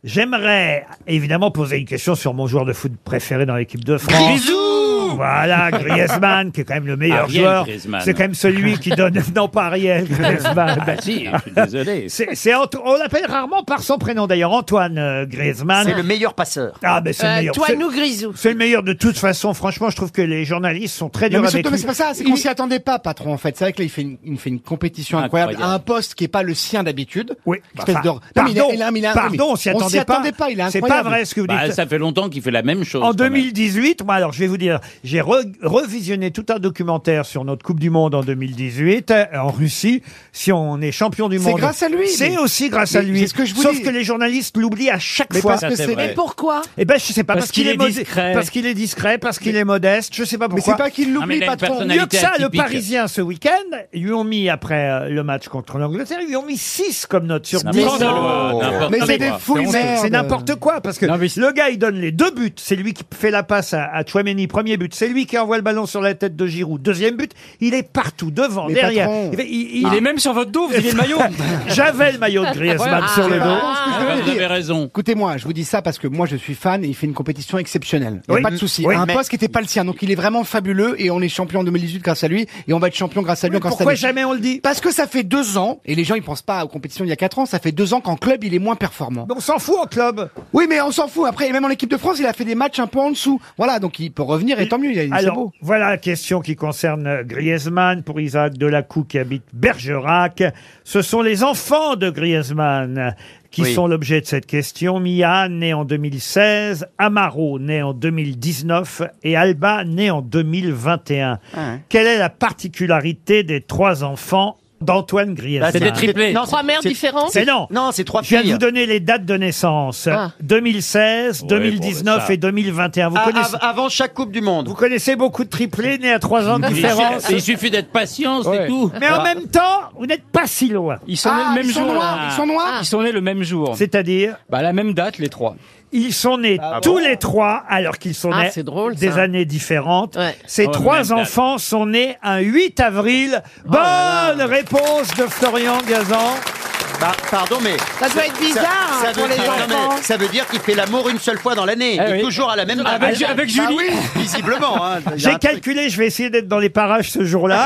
J'aimerais évidemment poser une question sur mon joueur de foot préféré dans l'équipe de France. Bisous. Voilà, Griezmann, qui est quand même le meilleur Ariel joueur. Griezmann. C'est quand même celui qui donne... Non, pas Ariel Griezmann. Ah si, je suis désolé. On l'appelle rarement par son prénom d'ailleurs, Antoine Griezmann. C'est le meilleur passeur. Ah, ben c'est le meilleur. Toi, nous, Grisou. C'est le meilleur de toute façon. Franchement, je trouve que les journalistes sont très Non, durs mais avec surtout, mais lui. c'est pas ça, c'est qu'on s'y attendait pas, patron, en fait. C'est vrai que là, il fait une compétition incroyable à un poste qui est pas le sien d'habitude. Oui. Espèce de... Non, Pardon, mais il a- pardon, on s'y attendait pas. Il est C'est incroyable. pas vrai ce que vous dites. Bah, ça fait longtemps qu'il fait la même chose. En quand même. 2018, moi alors je vais vous dire, j'ai revisionné tout un documentaire sur notre Coupe du Monde en 2018 en Russie. Si on est champion du C'est monde, grâce à lui, c'est mais- aussi grâce à mais lui. c'est ce que je vous Sauf dis. que les journalistes l'oublient à chaque Mais fois. parce que Ça, c'est... vrai. Mais pourquoi? Eh ben je sais pas, Parce qu'il est discret. parce qu'il est discret, parce qu'il est modeste, je sais pas Mais pourquoi. c'est pas qu'il Ah, mais l'oublie, il a une patron. personnalité Mieux que ça, le atypique. Parisien ce week-end, ils lui ont mis après le match contre l'Angleterre, ils lui ont mis 6 comme note sur 10. N'importe quoi, n'importe Mais quoi. c'est des fouilles, merde. C'est n'importe quoi parce que Non, mais le gars il donne les 2 buts, c'est lui qui fait la passe à Tchouaméni, premier but, c'est lui qui envoie le ballon sur la tête de Giroud, deuxième but, il est partout, devant, Mais derrière. patron. Il est même sur votre dos, vous avez le maillot. J'avais le maillot de Griezmann sur le dos. Ah, vous avez raison. Écoutez-moi, je vous dis ça parce que moi je suis fan et il fait une compétition exceptionnelle. Il n'y a Oui. pas de souci. Oui, un mais- poste qui n'était pas le sien, donc il est vraiment fabuleux et on est champion en 2018 grâce à lui et on va être champion grâce à lui Mais encore cette pourquoi année. jamais on le dit? Parce que ça fait 2 ans et les gens ils pensent pas aux compétitions d'il y a 4 ans. Ça fait 2 ans qu'en club il est moins performant. On s'en fout en club. Oui, mais on s'en fout. Après, même en équipe de France, il a fait des matchs un peu en dessous. Voilà, donc il peut revenir et tant mieux. C'est Alors, beau. voilà la question qui concerne Griezmann pour Isaac Delacou qui habite Bergerac. Ce sont les enfants de Griezmann qui Oui. sont l'objet de cette question. Mia, né en 2016, Amaro, né en 2019 et Alba, né en 2021. Quelle est la particularité des 3 enfants d'Antoine Griezmann? C'est des triplés. Non, 3 mères c'est- différentes? Mais non. Non, c'est 3 Je viens de filles. vous donner les dates de naissance. Ah. 2016, Ouais, 2019 bon, ça. et 2021. Vous connaissez, Avant chaque Coupe du Monde. vous connaissez beaucoup de triplés nés à 3 ans de différence. Il suffit d'être patient, c'est Ouais. tout. Mais en même temps, vous n'êtes pas si loin. Ils sont nés le même ils sont jour. noirs, ils sont noirs. Ils sont nés le même jour. C'est-à-dire, Bah, la même date, les 3. ils sont nés tous les 3 alors qu'ils sont Ah, nés c'est drôle, des ça. années différentes. Ouais. Ces Oh, 3 même date. enfants sont nés un 8 avril. Bonne réponse de Florian Gazan. Bah, pardon, mais. Ça doit être bizarre hein, pour les non, enfants. mais ça veut dire qu'il fait l'amour une seule fois dans l'année. Eh Et oui. toujours à la même date. Avec Julie. Bah oui. Visiblement. Hein. Il y a J'ai un truc. calculé, je vais essayer d'être dans les parages ce jour-là.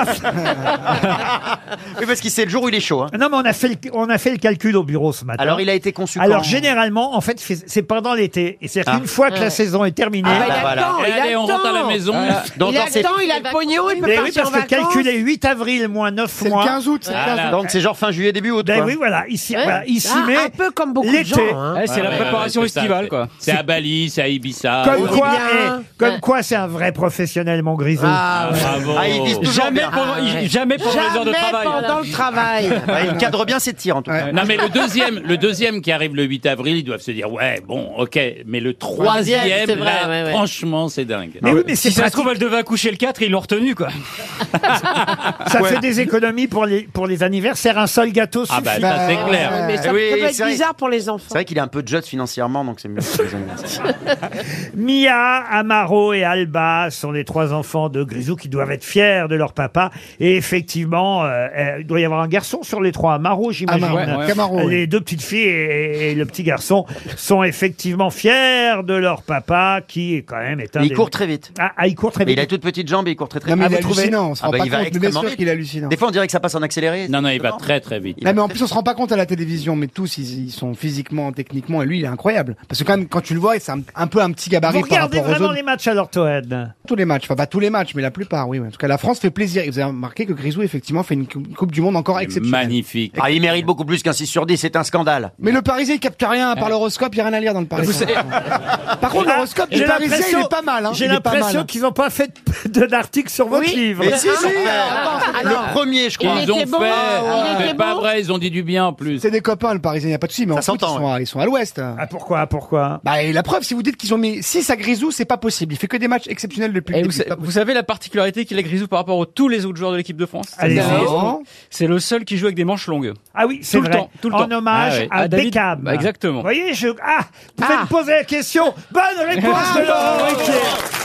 Oui, parce qu'il sait le jour où il est chaud. Hein. Non, mais on a fait le calcul au bureau ce matin. Alors, il a été conçu Alors quand généralement, en fait, c'est pendant l'été. Et c'est-à-dire qu'une fois que la saison est terminée, Ah, bah, il a voilà. le temps, Et il a allez, le on rentre à la temps. maison. Donc, Il a dans le ces- temps, il a le pognon, il peut mais oui, partir parce en que vacances. calculer 8 avril moins 9 C'est le mois. 15 août. c'est le 15 Voilà. août. Donc, c'est genre fin juillet, début août. Ben quoi. oui, voilà. Ici, Ouais. voilà, ici Ah, mais un peu comme beaucoup de l'été. gens. Hein. C'est la préparation c'est ça, estivale, c'est- quoi. C'est à Bali, c'est à Ibiza. Comme on quoi, dit bien. comme Ouais. quoi, c'est un vrai professionnel, mon Grisou. Ah, ouais. Bravo. Ah, il vise toujours Jamais bien. jamais pendant les heures de Jamais travail. pendant le travail. Ah, il cadre bien ses tirs, en tout cas. Non mais le deuxième qui arrive le 8 avril, ils doivent se dire ouais bon ok, mais le troisième, c'est vrai, là, ouais, ouais. franchement c'est dingue. Mais oui, mais c'est Si ça se pratique. trouve, elle devait accoucher le 4 et ils l'ont retenu, quoi. Ça fait des économies pour les anniversaires. Un seul gâteau suffit. Ah bah ça c'est clair. Mais ça, Oui, ça peut c'est être vrai. bizarre pour les enfants. C'est vrai qu'il est un peu de financièrement, donc c'est mieux pour les anniversaires. Mia, Amaro et Alba sont les 3 enfants de Grisou qui doivent être fiers de leur papa. Et effectivement, il doit y avoir un garçon sur les 3. Amaro, j'imagine. Amaro, ouais. Camaro, oui. Les 2 petites filles et le petit garçon sont effectivement fiers de leur papa qui est quand même est un Et il des- court très vite. Ah, il court très Mais vite. il a toutes petites jambes et il court très très Non, mais vite. il est vous trouvez hallucinant. On se rend bah, pas il va compte. Mais bien extrêmement sûr vite. qu'il est hallucinant. Des fois, on dirait que ça passe en accéléré. Non il va Non. très très vite. Non, mais en plus, on se rend pas compte à la télévision, mais tous, ils sont physiquement, techniquement, et lui, il est incroyable. Parce que quand même, quand tu le vois, c'est un peu un petit gabarit Vous par regardez rapport aux vraiment autres. les matchs alors, Toen? Tous les matchs, enfin pas tous les matchs, mais la plupart, oui. En tout cas, la France fait plaisir. Et vous avez remarqué que Grisou, effectivement, fait une Coupe du Monde encore exceptionnelle. Magnifique. Ah, il mérite beaucoup plus qu'un 6 sur 10, c'est un scandale. Mais le Parisien, il capte rien, à part l'horoscope, il n'y a rien à lire dans le Parisien. Par contre, l'horoscope du J'ai Parisien, il l'impression- est pas mal, hein. J'ai Il est pas mal, l'impression hein. qu'ils n'ont pas fait d'article sur votre Oui. livre. Mais si, si, alors, le premier, je crois. Il Ils ont était bon, fait. il était C'est pas bon. vrai, ils ont dit du bien en plus. C'est des copains, le Parisien, il n'y a pas de souci, mais Ça en foot, s'entend, ils sont à l'ouest. Ah, pourquoi Bah, et la preuve, si vous dites qu'ils ont mis 6 à Grisou, c'est pas possible. Il fait que des matchs exceptionnels depuis le Et début. vous, c'est pas vous possible. savez la particularité qu'il a Grisou par rapport à tous les autres joueurs de l'équipe de France? Allez-y. Non. C'est le seul qui joue avec des manches longues. Ah oui, c'est Tout le vrai. temps, tout le En temps. hommage Ah oui. à À David- Beckham. Bah, exactement. Vous voyez, vous pouvez me poser la question. Bonne réponse de Laurent Ruquier.